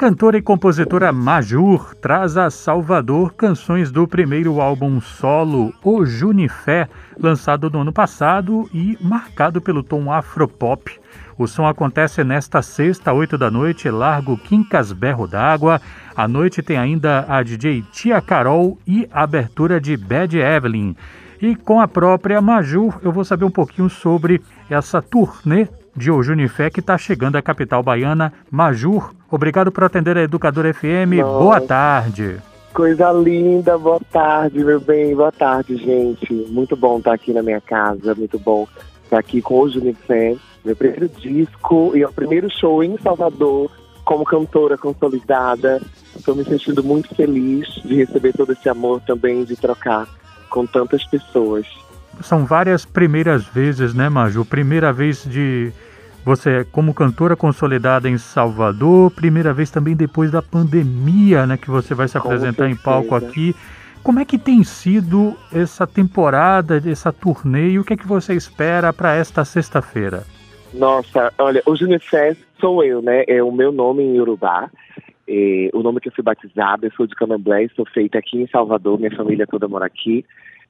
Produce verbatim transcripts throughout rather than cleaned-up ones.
cantora e compositora Majur traz a Salvador canções do primeiro álbum solo, O Junifé, lançado no ano passado e marcado pelo tom afropop. O som acontece nesta sexta, oito da noite, Largo Quincas Berro d'Água. À noite tem ainda a D J Tia Carol e a abertura de Bad Evelyn. E com a própria Majur, eu vou saber um pouquinho sobre essa turnê de O Junifé que está chegando à capital baiana. Majur, obrigado por atender a Educadora F M. Nossa, boa tarde. Coisa linda, boa tarde, meu bem, boa tarde, gente. Muito bom estar aqui na minha casa, muito bom estar aqui com O Junifé, meu primeiro disco e é o primeiro show em Salvador como cantora consolidada. Estou me sentindo muito feliz de receber todo esse amor também, de trocar com tantas pessoas. São várias primeiras vezes, né, Maju? Primeira vez de você como cantora consolidada em Salvador, primeira vez também depois da pandemia, né, que você vai se apresentar em palco aqui. Como é que tem sido essa temporada, essa turnê, e o que é que você espera para esta sexta-feira? Nossa, olha, o Junifé sou eu, né? É o meu nome em Iorubá. É o nome que eu fui batizada. Eu sou de Candomblé, sou feita aqui em Salvador, minha família toda mora aqui.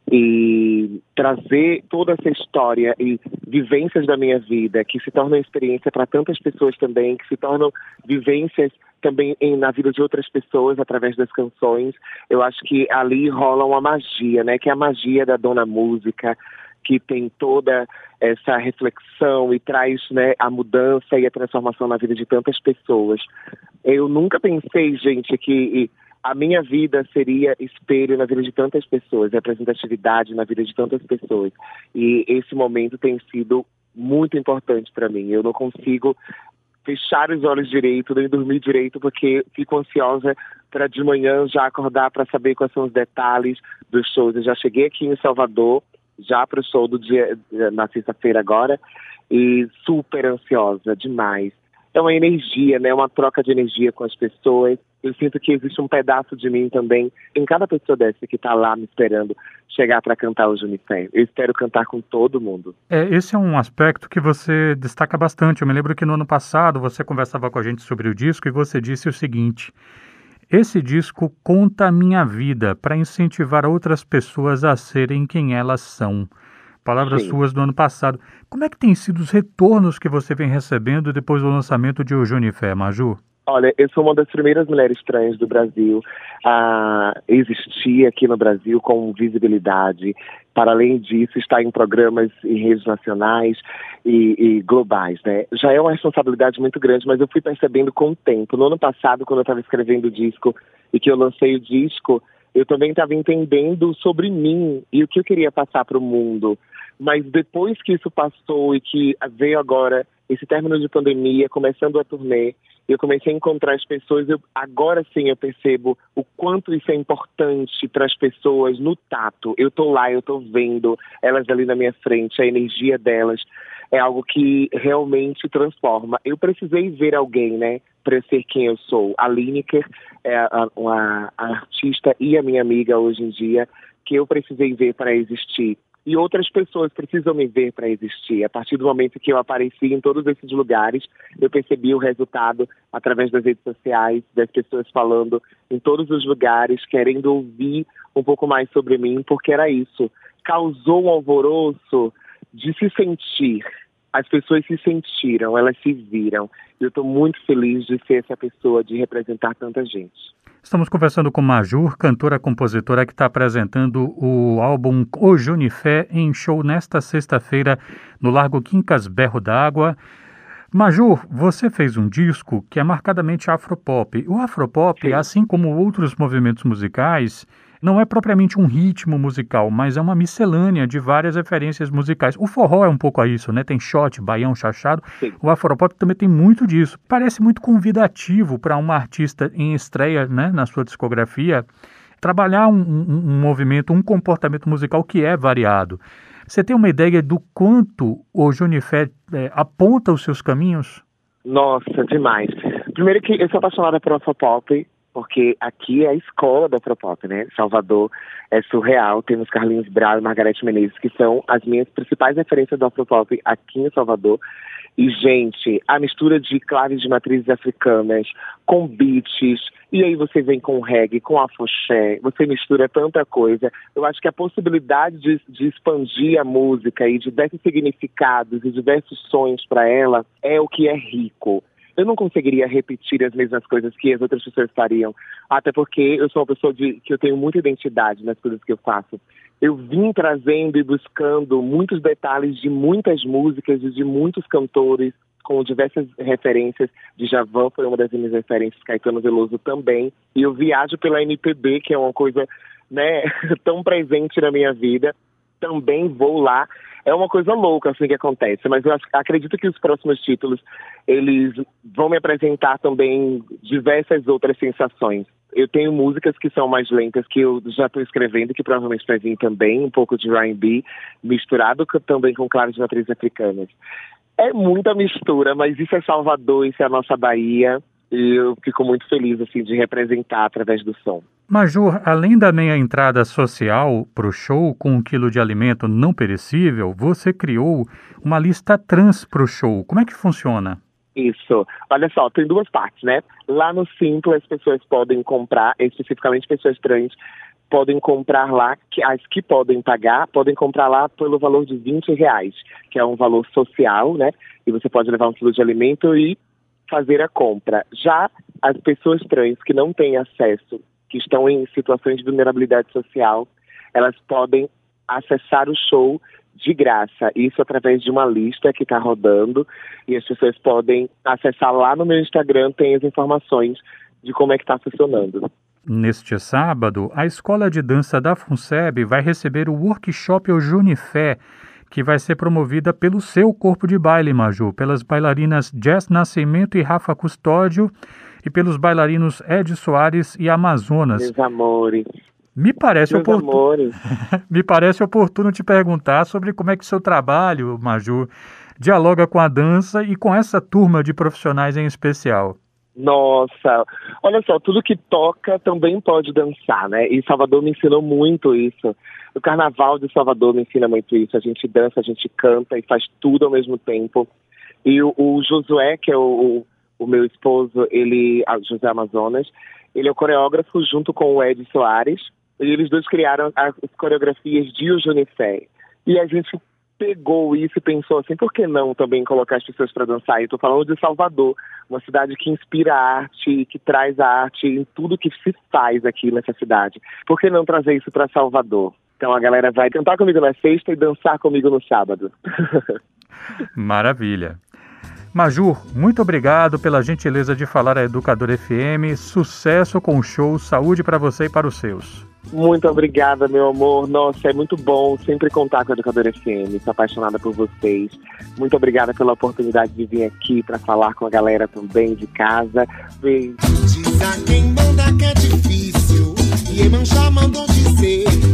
E trazer toda essa história e vivências da minha vida que se tornam experiência para tantas pessoas também, que se tornam vivências também em, na vida de outras pessoas através das canções. Eu acho que ali rola uma magia, né? Que é a magia da dona música, que tem toda essa reflexão e traz, né, a mudança e a transformação na vida de tantas pessoas. Eu nunca pensei, gente, que a minha vida seria espelho na vida de tantas pessoas, representatividade na vida de tantas pessoas. E esse momento tem sido muito importante para mim. Eu não consigo fechar os olhos direito, nem dormir direito, porque fico ansiosa para de manhã já acordar para saber quais são os detalhes dos shows. Eu já cheguei aqui em Salvador, já para o show do dia, na sexta-feira agora, e super ansiosa, demais. É uma energia, né? Uma troca de energia com as pessoas. Eu sinto que existe um pedaço de mim também em cada pessoa dessa que está lá me esperando chegar para cantar o Junifé. Eu espero cantar com todo mundo. É, esse é um aspecto que você destaca bastante. Eu me lembro que no ano passado você conversava com a gente sobre o disco e você disse o seguinte: esse disco conta a minha vida para incentivar outras pessoas a serem quem elas são. Palavras Sim. suas do ano passado. Como é que tem sido os retornos que você vem recebendo depois do lançamento de O Junifé, Maju? Olha, eu sou uma das primeiras mulheres trans do Brasil a existir aqui no Brasil com visibilidade. Para além disso, estar em programas em redes nacionais e, e globais, né? Já é uma responsabilidade muito grande, mas eu fui percebendo com o tempo. No ano passado, quando eu estava escrevendo o disco e que eu lancei o disco, eu também estava entendendo sobre mim e o que eu queria passar para o mundo. Mas depois que isso passou e que veio agora esse término de pandemia, começando a turnê, eu comecei a encontrar as pessoas, eu, agora sim eu percebo o quanto isso é importante para as pessoas no tato. Eu tô lá, eu tô vendo elas ali na minha frente, a energia delas é algo que realmente transforma. Eu precisei ver alguém, né, para ser quem eu sou. A Lineker é a, a, a artista e a minha amiga hoje em dia, que eu precisei ver para existir. E outras pessoas precisam me ver para existir. A partir do momento que eu apareci em todos esses lugares, eu percebi o resultado através das redes sociais, das pessoas falando em todos os lugares, querendo ouvir um pouco mais sobre mim, porque era isso. Causou um alvoroço de se sentir. As pessoas se sentiram, elas se viram. Eu estou muito feliz de ser essa pessoa, de representar tanta gente. Estamos conversando com Majur, cantora compositora que está apresentando o álbum O Junifé em show nesta sexta-feira no Largo Quincas Berro d'Água. Majur, você fez um disco que é marcadamente afropop. O afropop, Sim. assim como outros movimentos musicais, não é propriamente um ritmo musical, mas é uma miscelânea de várias referências musicais. O forró é um pouco a isso, né? Tem shot, baião, chachado. Sim. O afropop também tem muito disso. Parece muito convidativo para uma artista em estreia, né, na sua discografia, trabalhar um, um, um movimento, um comportamento musical que é variado. Você tem uma ideia do quanto o Junifé é, aponta os seus caminhos? Nossa, demais. Primeiro que eu sou apaixonada por afropop. porque aqui é a escola da Afropop, né? Salvador é surreal, temos Carlinhos Brau e Margareth Menezes, que são as minhas principais referências do Afropop aqui em Salvador. E, gente, a mistura de claves de matrizes africanas com beats, e aí você vem com reggae, com afoxé, você mistura tanta coisa. Eu acho que a possibilidade de, de expandir a música e diversos significados e diversos sons para ela é o que é rico. Eu não conseguiria repetir as mesmas coisas que as outras pessoas fariam, até porque eu sou uma pessoa de, que eu tenho muita identidade nas coisas que eu faço. Eu vim trazendo e buscando muitos detalhes de muitas músicas e de muitos cantores, com diversas referências. Djavan foi uma das minhas referências, Caetano Veloso também. E eu viajo pela M P B, que é uma coisa, né, tão presente na minha vida. Também vou lá. É uma coisa louca assim que acontece, mas eu acredito que os próximos títulos, eles vão me apresentar também diversas outras sensações. Eu tenho músicas que são mais lentas, que eu já estou escrevendo, que provavelmente vai vir também, um pouco de R and B, misturado com, também com claves de matrizes africanas. É muita mistura, mas isso é Salvador, isso é a nossa Bahia, e eu fico muito feliz assim, de representar através do som. Majur, além da meia entrada social para o show com um quilo de alimento não perecível, você criou uma lista trans para o show. Como é que funciona? Isso. Olha só, tem duas partes, né? Lá no Simpla as pessoas podem comprar, especificamente pessoas trans, podem comprar lá, que, as que podem pagar, podem comprar lá pelo valor de vinte reais, que é um valor social, né? E você pode levar um quilo de alimento e fazer a compra. Já as pessoas trans que não têm acesso, que estão em situações de vulnerabilidade social, elas podem acessar o show de graça, isso através de uma lista que está rodando, e as pessoas podem acessar lá no meu Instagram, tem as informações de como é que está funcionando. Neste sábado, a Escola de Dança da FUNSEB vai receber o workshop Junifé, que vai ser promovida pelo seu corpo de baile, Maju, pelas bailarinas Jess Nascimento e Rafa Custódio, e pelos bailarinos Ed Soares e Amazonas. Meus amores. Me parece, Meus oportuno... amores. Me parece oportuno te perguntar sobre como é que o seu trabalho, Maju, dialoga com a dança e com essa turma de profissionais em especial. Nossa, olha só, tudo que toca também pode dançar, né? E Salvador me ensinou muito isso. O Carnaval de Salvador me ensina muito isso. A gente dança, a gente canta e faz tudo ao mesmo tempo. E o, o Josué, que é o, o meu esposo, ele, José Amazonas, ele é o coreógrafo junto com o Ed Soares. E eles dois criaram as coreografias de O Junifé. E a gente pegou isso e pensou assim, por que não também colocar as pessoas para dançar? Eu estou falando de Salvador, uma cidade que inspira a arte, que traz a arte em tudo que se faz aqui nessa cidade. Por que não trazer isso para Salvador? Então a galera vai cantar comigo na sexta e dançar comigo no sábado. Maravilha. Majur, muito obrigado pela gentileza de falar à Educadora F M. Sucesso com o show, saúde para você e para os seus. Muito obrigada, meu amor. Nossa, é muito bom sempre contar com a Educadora F M. Estou apaixonada por vocês. Muito obrigada pela oportunidade de vir aqui para falar com a galera também de casa. Beijo. Diz a quem manda que é difícil, e Emanjá mandou dizer.